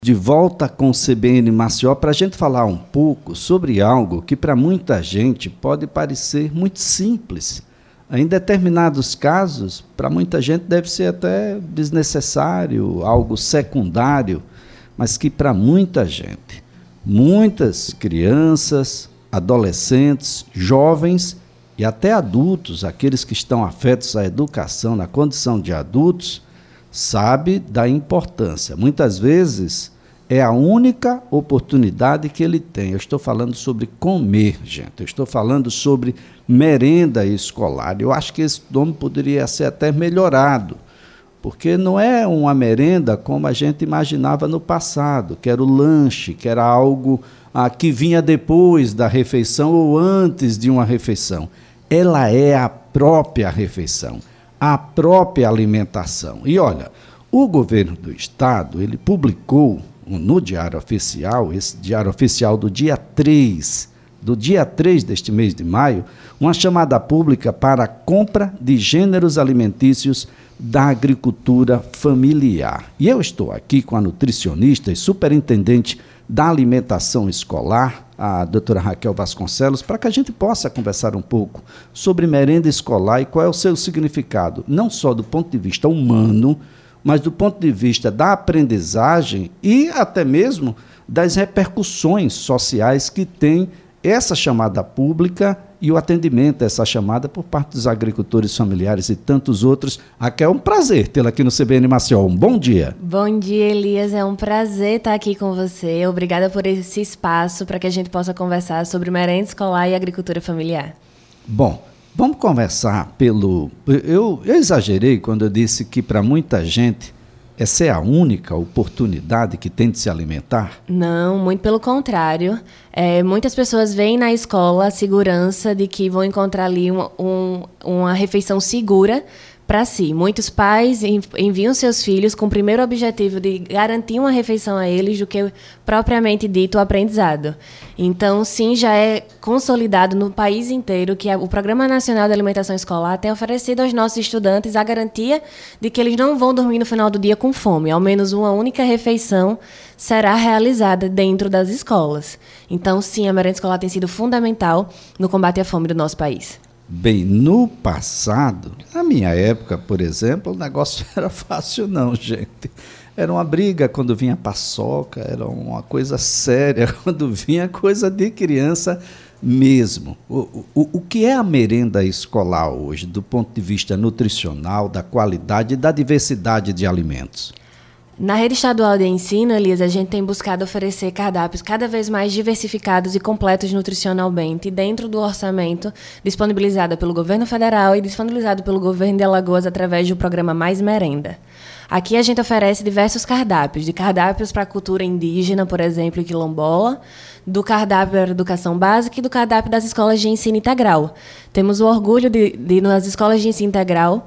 De volta com o CBN Maceió para a gente falar um pouco sobre algo que para muita gente pode parecer muito simples. Em determinados casos, para muita gente deve ser até desnecessário, algo secundário, mas que para muita gente, muitas crianças, adolescentes, jovens e até adultos, aqueles que estão afetos à educação na condição de adultos, sabe da importância. Muitas vezes é a única oportunidade que ele tem. Eu estou falando sobre comer, gente. Eu estou falando sobre merenda escolar. Eu acho que esse nome poderia ser até melhorado, porque não é uma merenda como a gente imaginava no passado, que era o lanche, que era algo que vinha depois da refeição ou antes de uma refeição. Ela é a própria refeição, a própria alimentação. E olha, o governo do estado, ele publicou no Diário Oficial, esse Diário Oficial do dia 3 deste mês de maio, uma chamada pública para a compra de gêneros alimentícios da agricultura familiar. E eu estou aqui com a nutricionista e superintendente da alimentação escolar, a doutora Raquel Vasconcelos, para que a gente possa conversar um pouco sobre merenda escolar e qual é o seu significado, não só do ponto de vista humano, mas do ponto de vista da aprendizagem e até mesmo das repercussões sociais que tem essa chamada pública e o atendimento a essa chamada por parte dos agricultores familiares e tantos outros. Raquel, é um prazer tê-la aqui no CBN Maceió. Um bom dia. Bom dia, Elias. É um prazer estar aqui com você. Obrigada por esse espaço para que a gente possa conversar sobre merenda escolar e agricultura familiar. Bom, vamos conversar pelo... Eu exagerei quando eu disse que para muita gente essa é a única oportunidade que tem de se alimentar? Não, muito pelo contrário. Muitas pessoas veem na escola a segurança de que vão encontrar ali uma refeição segura para si. Muitos pais enviam seus filhos com o primeiro objetivo de garantir uma refeição a eles do que propriamente dito o aprendizado. Então, sim, já é consolidado no país inteiro que o Programa Nacional de Alimentação Escolar tem oferecido aos nossos estudantes a garantia de que eles não vão dormir no final do dia com fome. Ao menos uma única refeição será realizada dentro das escolas. Então, sim, a merenda escolar tem sido fundamental no combate à fome do nosso país. Bem, no passado, na minha época, por exemplo, o negócio não era fácil não, gente. Era uma briga quando vinha paçoca, era uma coisa séria quando vinha coisa de criança mesmo. O que é a merenda escolar hoje, do ponto de vista nutricional, da qualidade e da diversidade de alimentos? Na rede estadual de ensino, Elias, a gente tem buscado oferecer cardápios cada vez mais diversificados e completos nutricionalmente dentro do orçamento disponibilizado pelo governo federal e disponibilizado pelo governo de Alagoas através do programa Mais Merenda. Aqui a gente oferece diversos cardápios, de cardápios para a cultura indígena, por exemplo, e quilombola, do cardápio da educação básica e do cardápio das escolas de ensino integral. Temos o orgulho de nas escolas de ensino integral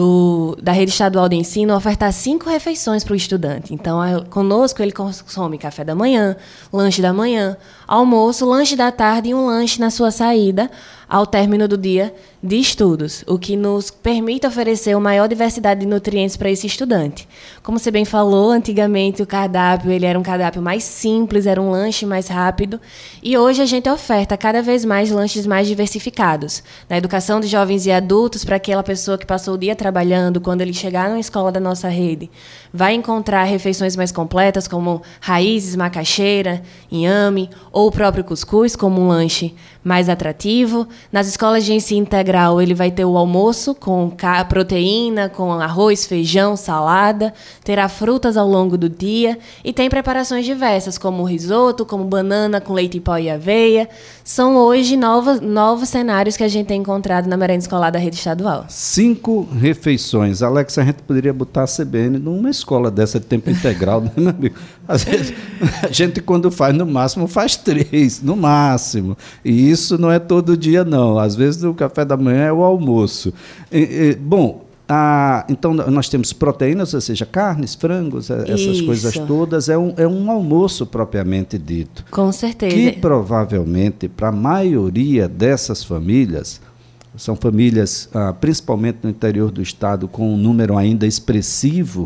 da rede estadual de ensino, ofertar 5 refeições para o estudante. Então, conosco ele consome café da manhã, lanche da manhã, almoço, lanche da tarde e um lanche na sua saída ao término do dia de estudos, o que nos permite oferecer uma maior diversidade de nutrientes para esse estudante. Como você bem falou, antigamente o cardápio ele era um cardápio mais simples, era um lanche mais rápido, e hoje a gente oferta cada vez mais lanches mais diversificados. Na educação de jovens e adultos, para aquela pessoa que passou o dia trabalhando, quando ele chegar na escola da nossa rede, vai encontrar refeições mais completas, como raízes, macaxeira, inhame, ou o próprio cuscuz, como um lanche mais atrativo. Nas escolas de ensino integral, ele vai ter o almoço com proteína, com arroz, feijão, salada, terá frutas ao longo do dia e tem preparações diversas, como risoto, como banana com leite em pó e aveia. São hoje novos cenários que a gente tem encontrado na merenda escolar da rede estadual. 5 refeições. Alex, a gente poderia botar a CBN numa escola dessa de tempo integral, né, meu amigo? Às vezes, a gente, quando faz, no máximo, faz 3, no máximo. E isso não é todo dia, não. Às vezes, o café da manhã é o almoço. Bom, então, nós temos proteínas, ou seja, carnes, frangos, essas Isso. coisas todas. É um almoço propriamente dito. Com certeza. Que provavelmente, para a maioria dessas famílias, são famílias, principalmente no interior do estado, com um número ainda expressivo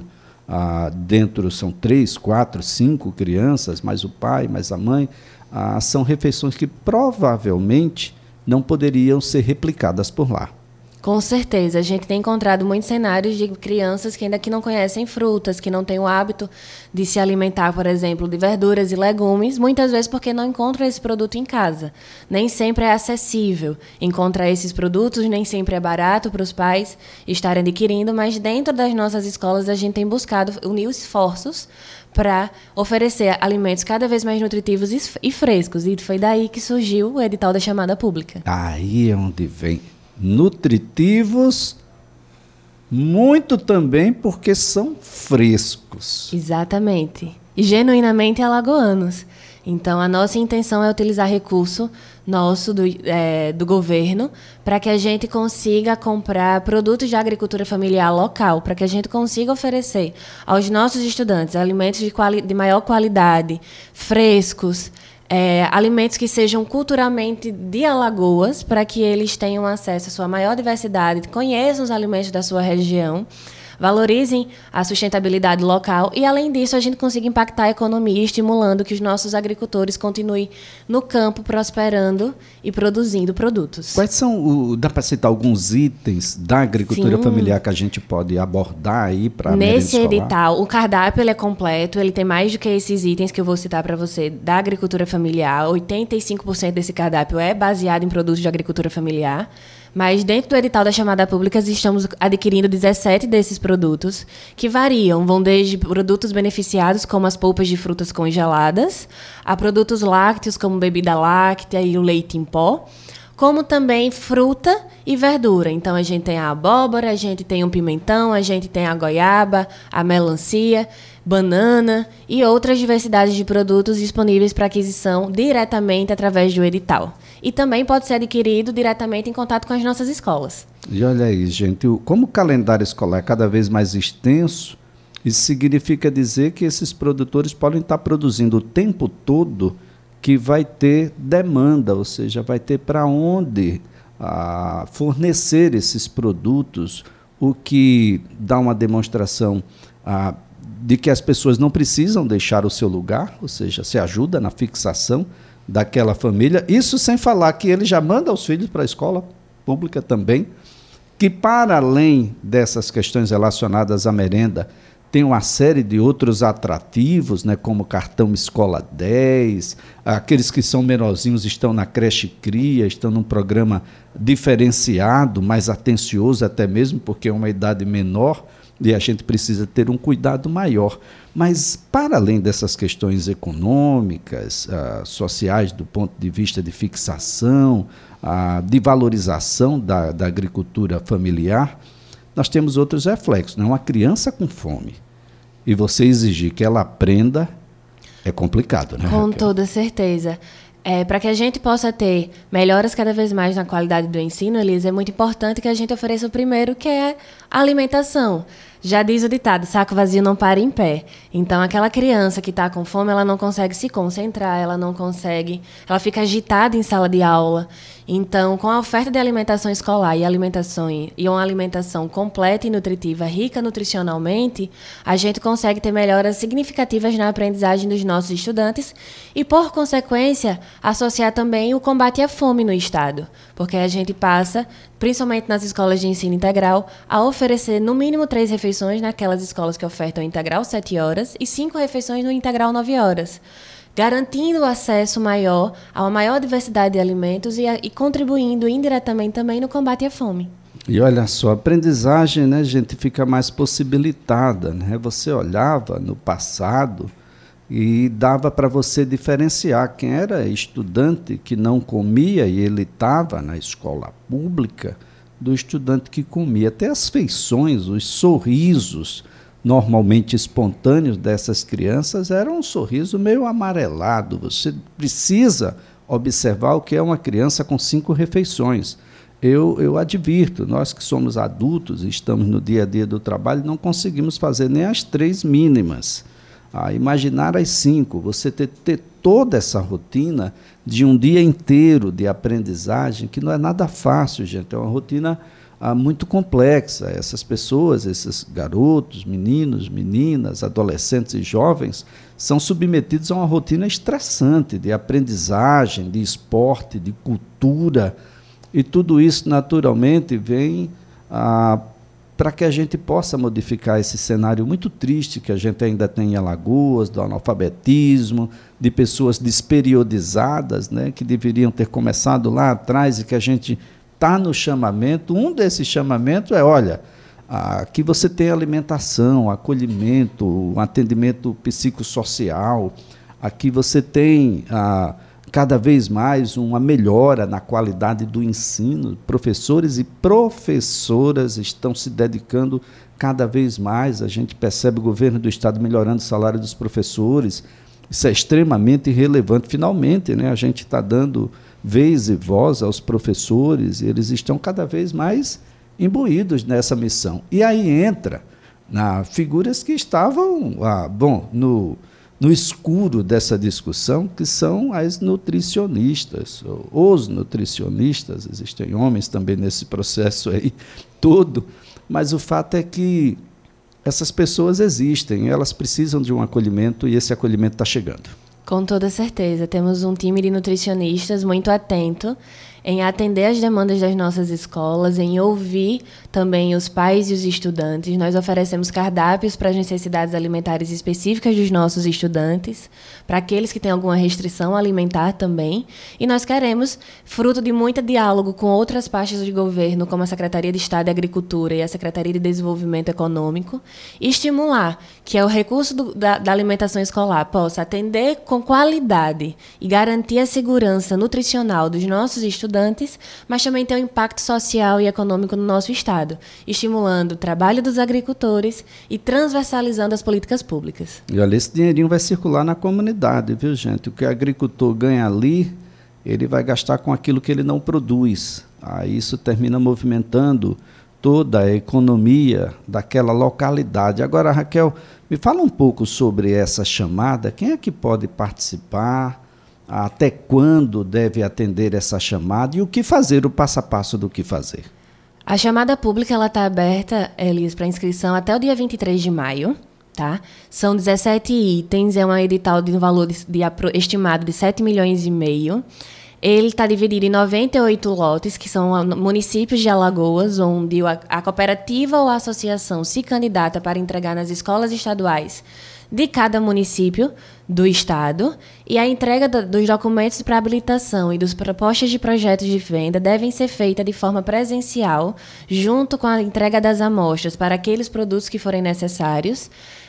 dentro são 3, 4, 5 crianças, mais o pai, mais a mãe, são refeições que provavelmente não poderiam ser replicadas por lá. Com certeza, a gente tem encontrado muitos cenários de crianças que ainda que não conhecem frutas, que não têm o hábito de se alimentar, por exemplo, de verduras e legumes, muitas vezes porque não encontram esse produto em casa. Nem sempre é acessível encontrar esses produtos, nem sempre é barato para os pais estarem adquirindo, mas dentro das nossas escolas a gente tem buscado unir esforços para oferecer alimentos cada vez mais nutritivos e frescos. E foi daí que surgiu o edital da chamada pública. Aí é onde vem. Nutritivos, muito também porque são frescos. Exatamente. E genuinamente alagoanos. Então, a nossa intenção é utilizar recurso nosso do governo para que a gente consiga comprar produtos de agricultura familiar local, para que a gente consiga oferecer aos nossos estudantes alimentos de maior qualidade, frescos, alimentos que sejam culturalmente de Alagoas, para que eles tenham acesso à sua maior diversidade, conheçam os alimentos da sua região, valorizem a sustentabilidade local e, além disso, a gente consiga impactar a economia, estimulando que os nossos agricultores continuem no campo, prosperando e produzindo produtos. Quais são, dá para citar alguns itens da agricultura Sim. familiar que a gente pode abordar aí para a merenda Nesse escolar? edital, o cardápio ele é completo, ele tem mais do que esses itens que eu vou citar para você da agricultura familiar. 85% desse cardápio é baseado em produtos de agricultura familiar. Mas dentro do edital da chamada pública estamos adquirindo 17 desses produtos, que variam, vão desde produtos beneficiados, como as polpas de frutas congeladas, a produtos lácteos, como bebida láctea e o leite em pó, como também fruta e verdura. Então, a gente tem a abóbora, a gente tem o pimentão, a gente tem a goiaba, a melancia, banana e outras diversidades de produtos disponíveis para aquisição diretamente através do edital. E também pode ser adquirido diretamente em contato com as nossas escolas. E olha aí, gente, como o calendário escolar é cada vez mais extenso, isso significa dizer que esses produtores podem estar produzindo o tempo todo que vai ter demanda, ou seja, vai ter para onde fornecer esses produtos, o que dá uma demonstração de que as pessoas não precisam deixar o seu lugar, ou seja, se ajuda na fixação daquela família. Isso sem falar que ele já manda os filhos para a escola pública também, que para além dessas questões relacionadas à merenda, tem uma série de outros atrativos, né, como cartão Escola 10, aqueles que são menorzinhos estão na creche cria, estão num programa diferenciado, mais atencioso até mesmo, porque é uma idade menor e a gente precisa ter um cuidado maior. Mas, para além dessas questões econômicas, sociais, do ponto de vista de fixação, de valorização da agricultura familiar, nós temos outros reflexos. Né? Uma criança com fome e você exigir que ela aprenda é complicado, né? Com Raquel? toda certeza. Para que a gente possa ter melhoras cada vez mais na qualidade do ensino, Elisa, é muito importante que a gente ofereça o primeiro, que é a alimentação. Já diz o ditado, saco vazio não para em pé. Então, aquela criança que está com fome, ela não consegue se concentrar, ela fica agitada em sala de aula. Então, com a oferta de alimentação escolar e uma alimentação completa e nutritiva, rica nutricionalmente, a gente consegue ter melhoras significativas na aprendizagem dos nossos estudantes e, por consequência, associar também o combate à fome no Estado. Porque a gente passa, principalmente nas escolas de ensino integral, a oferecer no mínimo 3 refeições naquelas escolas que ofertam integral 7 horas e 5 refeições no integral 9 horas. Garantindo o acesso maior a uma maior diversidade de alimentos e contribuindo indiretamente também no combate à fome. E olha só, a aprendizagem, né, gente, fica mais possibilitada, né? Você olhava no passado e dava para você diferenciar quem era estudante que não comia e ele estava na escola pública do estudante que comia. Até as feições, os sorrisos normalmente espontâneos dessas crianças eram um sorriso meio amarelado. Você precisa observar o que é uma criança com 5 refeições. Eu advirto, nós que somos adultos e estamos no dia a dia do trabalho, não conseguimos fazer nem as 3 mínimas. Imaginar as 5, você ter toda essa rotina de um dia inteiro de aprendizagem, que não é nada fácil, gente, é uma rotina muito complexa. Essas pessoas, esses garotos, meninos, meninas, adolescentes e jovens, são submetidos a uma rotina estressante de aprendizagem, de esporte, de cultura, e tudo isso, naturalmente, vem para que a gente possa modificar esse cenário muito triste que a gente ainda tem em Alagoas, do analfabetismo, de pessoas desperiodizadas, né, que deveriam ter começado lá atrás e que a gente está no chamamento. Um desses chamamentos é, olha, aqui você tem alimentação, acolhimento, um atendimento psicossocial, aqui você tem cada vez mais uma melhora na qualidade do ensino. Professores e professoras estão se dedicando cada vez mais. A gente percebe o governo do Estado melhorando o salário dos professores. Isso é extremamente relevante. Finalmente, né, a gente está dando vez e voz aos professores, e eles estão cada vez mais imbuídos nessa missão. E aí entra figuras que estavam no escuro dessa discussão, que são as nutricionistas, os nutricionistas. Existem homens também nesse processo aí todo, mas o fato é que essas pessoas existem, elas precisam de um acolhimento e esse acolhimento está chegando. Com toda certeza. Temos um time de nutricionistas muito atento em atender as demandas das nossas escolas, em ouvir também os pais e os estudantes. Nós oferecemos cardápios para as necessidades alimentares específicas dos nossos estudantes, para aqueles que têm alguma restrição alimentar também. E nós queremos, fruto de muito diálogo com outras pastas de governo, como a Secretaria de Estado de Agricultura e a Secretaria de Desenvolvimento Econômico, estimular que o recurso da alimentação escolar possa atender com qualidade e garantir a segurança nutricional dos nossos estudantes, mas também ter um impacto social e econômico no nosso Estado, estimulando o trabalho dos agricultores e transversalizando as políticas públicas. E olha, esse dinheirinho vai circular na comunidade, viu, gente? O que o agricultor ganha ali, ele vai gastar com aquilo que ele não produz. Aí isso termina movimentando toda a economia daquela localidade. Agora, Raquel, me fala um pouco sobre essa chamada. Quem é que pode participar? Até quando deve atender essa chamada e o que fazer, o passo a passo do que fazer? A chamada pública está aberta, Elias, para inscrição até o dia 23 de maio. Tá? São 17 itens, é um edital de um valor estimado de 7,5 milhões. Ele está dividido em 98 lotes, que são municípios de Alagoas, onde a cooperativa ou a associação se candidata para entregar nas escolas estaduais de cada município do Estado, e a entrega dos documentos para habilitação e dos propostas de projetos de venda devem ser feita de forma presencial, junto com a entrega das amostras para aqueles produtos que forem necessários,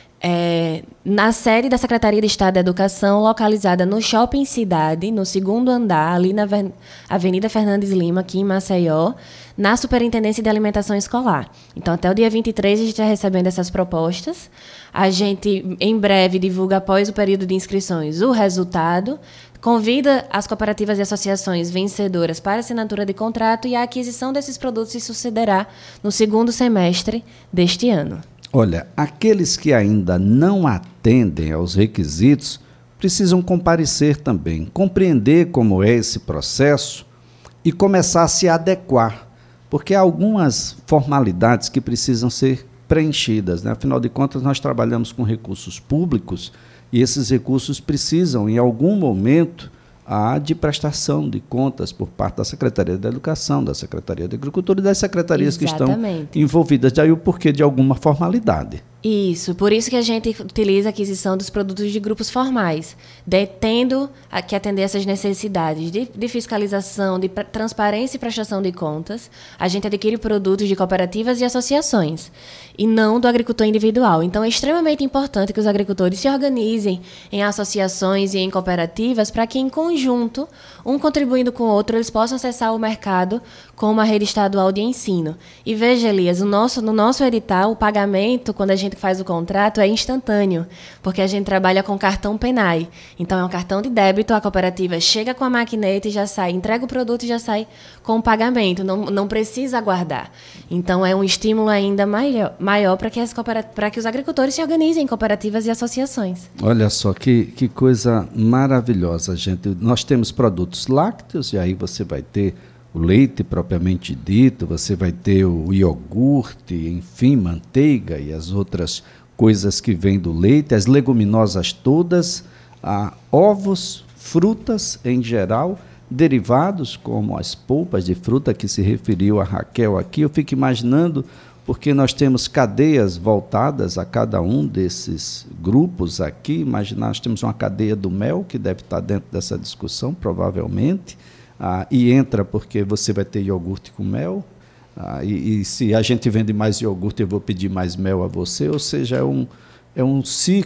na sede da Secretaria de Estado da Educação, localizada no Shopping Cidade, no 2º andar, ali na Avenida Fernandes Lima, aqui em Maceió, na Superintendência de Alimentação Escolar. Então, até o dia 23, a gente está recebendo essas propostas. A gente, em breve, divulga, após o período de inscrições, o resultado, convida as cooperativas e associações vencedoras para assinatura de contrato, e a aquisição desses produtos se sucederá no 2º semestre deste ano. Olha, aqueles que ainda não atendem aos requisitos precisam comparecer também, compreender como é esse processo e começar a se adequar, porque há algumas formalidades que precisam ser preenchidas, né? Afinal de contas, nós trabalhamos com recursos públicos e esses recursos precisam, em algum momento, de prestação de contas por parte da Secretaria da Educação, da Secretaria da Agricultura e das secretarias Exatamente. Que estão envolvidas. Daí o porquê de alguma formalidade. Isso, por isso que a gente utiliza a aquisição dos produtos de grupos formais, tendo que atender essas necessidades de fiscalização, de transparência e prestação de contas. A gente adquire produtos de cooperativas e associações, e não do agricultor individual. Então, é extremamente importante que os agricultores se organizem em associações e em cooperativas para que, em conjunto, um contribuindo com o outro, eles possam acessar o mercado com uma rede estadual de ensino. E veja, Elias, no nosso edital, o pagamento, quando a gente faz o contrato, é instantâneo, porque a gente trabalha com cartão PENAI. Então, é um cartão de débito, a cooperativa chega com a maquineta e já sai, entrega o produto e já sai com o pagamento, não precisa aguardar. Então, é um estímulo ainda maior para que os agricultores se organizem em cooperativas e associações. Olha só, que coisa maravilhosa, gente. Nós temos produtos lácteos, e aí você vai ter o leite propriamente dito, você vai ter o iogurte, enfim, manteiga e as outras coisas que vêm do leite, as leguminosas todas, ovos, frutas em geral, derivados como as polpas de fruta que se referiu a Raquel aqui. Eu fico imaginando, porque nós temos cadeias voltadas a cada um desses grupos aqui. Imaginar, nós temos uma cadeia do mel, que deve estar dentro dessa discussão, provavelmente, e entra porque você vai ter iogurte com mel, e se a gente vende mais iogurte, eu vou pedir mais mel a você, ou seja, é um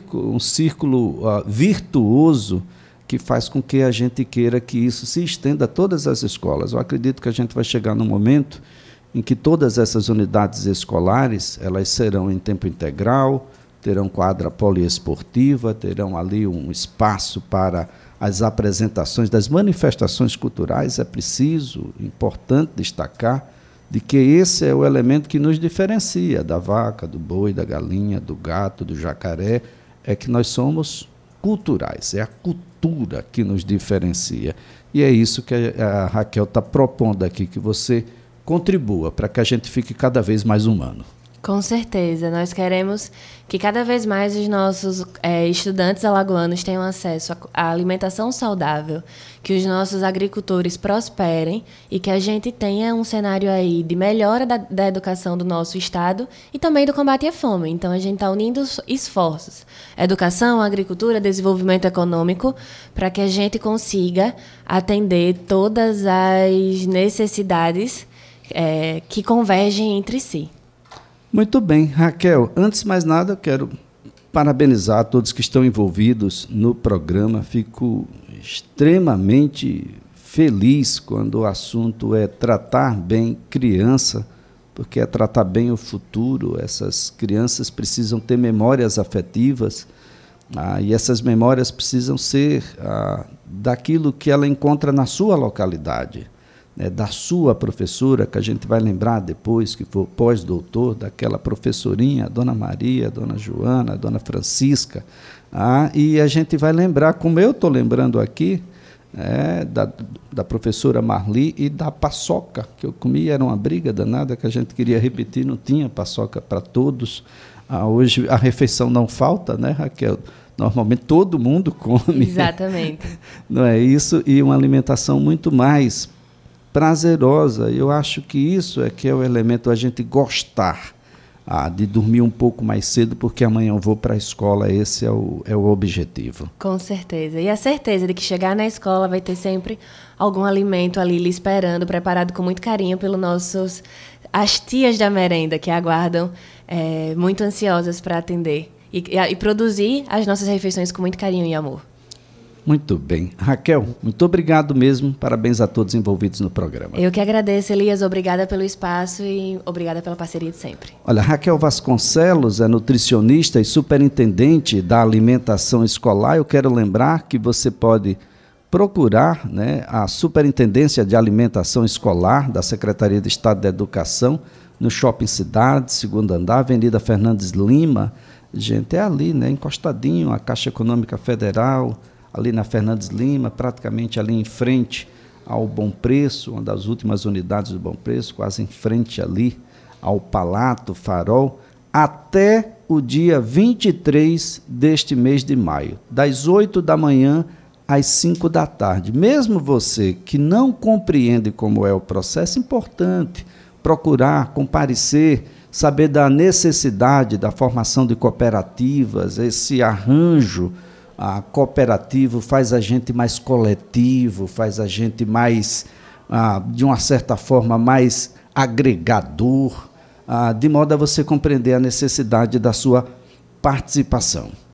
círculo virtuoso que faz com que a gente queira que isso se estenda a todas as escolas. Eu acredito que a gente vai chegar num momento em que todas essas unidades escolares, elas serão em tempo integral, terão quadra poliesportiva, terão ali um espaço para as apresentações das manifestações culturais. É preciso, importante destacar, de que esse é o elemento que nos diferencia da vaca, do boi, da galinha, do gato, do jacaré, é que nós somos culturais, é a cultura que nos diferencia. E é isso que a Raquel está propondo aqui, que você contribua para que a gente fique cada vez mais humano. Com certeza, nós queremos que cada vez mais os nossos estudantes alagoanos tenham acesso à alimentação saudável, que os nossos agricultores prosperem e que a gente tenha um cenário aí de melhora da educação do nosso estado e também do combate à fome. Então, a gente está unindo esforços. Educação, agricultura, desenvolvimento econômico, para que a gente consiga atender todas as necessidades que convergem entre si. Muito bem, Raquel. Antes de mais nada, eu quero parabenizar todos que estão envolvidos no programa. Fico extremamente feliz quando o assunto é tratar bem criança, porque é tratar bem o futuro. Essas crianças precisam ter memórias afetivas, e essas memórias precisam ser daquilo que ela encontra na sua localidade. Da sua professora, que a gente vai lembrar depois, que for pós-doutor, daquela professorinha, a dona Maria, a dona Joana, a dona Francisca, e a gente vai lembrar, como eu estou lembrando aqui, da professora Marli e da paçoca, que eu comi, era uma briga danada, que a gente queria repetir, não tinha paçoca para todos. Hoje a refeição não falta, né, Raquel? Normalmente todo mundo come. Exatamente. Não é isso? E uma alimentação muito mais prazerosa. Eu acho que isso é que é o elemento, a gente gostar de dormir um pouco mais cedo, porque amanhã eu vou para a escola. Esse é o objetivo. Com certeza. E a certeza de que chegar na escola vai ter sempre algum alimento ali lhe esperando, preparado com muito carinho pelos as tias da merenda, que aguardam muito ansiosas para atender e produzir as nossas refeições com muito carinho e amor. Muito bem. Raquel, muito obrigado mesmo. Parabéns a todos envolvidos no programa. Eu que agradeço, Elias. Obrigada pelo espaço e obrigada pela parceria de sempre. Olha, Raquel Vasconcelos é nutricionista e superintendente da alimentação escolar. Eu quero lembrar que você pode procurar, a Superintendência de Alimentação Escolar da Secretaria de Estado da Educação no Shopping Cidade, segundo andar, Avenida Fernandes Lima. Gente, é ali, encostadinho, a Caixa Econômica Federal, ali na Fernandes Lima, praticamente ali em frente ao Bom Preço, uma das últimas unidades do Bom Preço, quase em frente ali ao Palato Farol, até o dia 23 deste mês de maio, das 8 da manhã às 5 da tarde. Mesmo você que não compreende como é o processo, é importante procurar, comparecer, saber da necessidade da formação de cooperativas, esse arranjo cooperativo faz a gente mais coletivo, faz a gente mais, de uma certa forma, mais agregador, de modo a você compreender a necessidade da sua participação.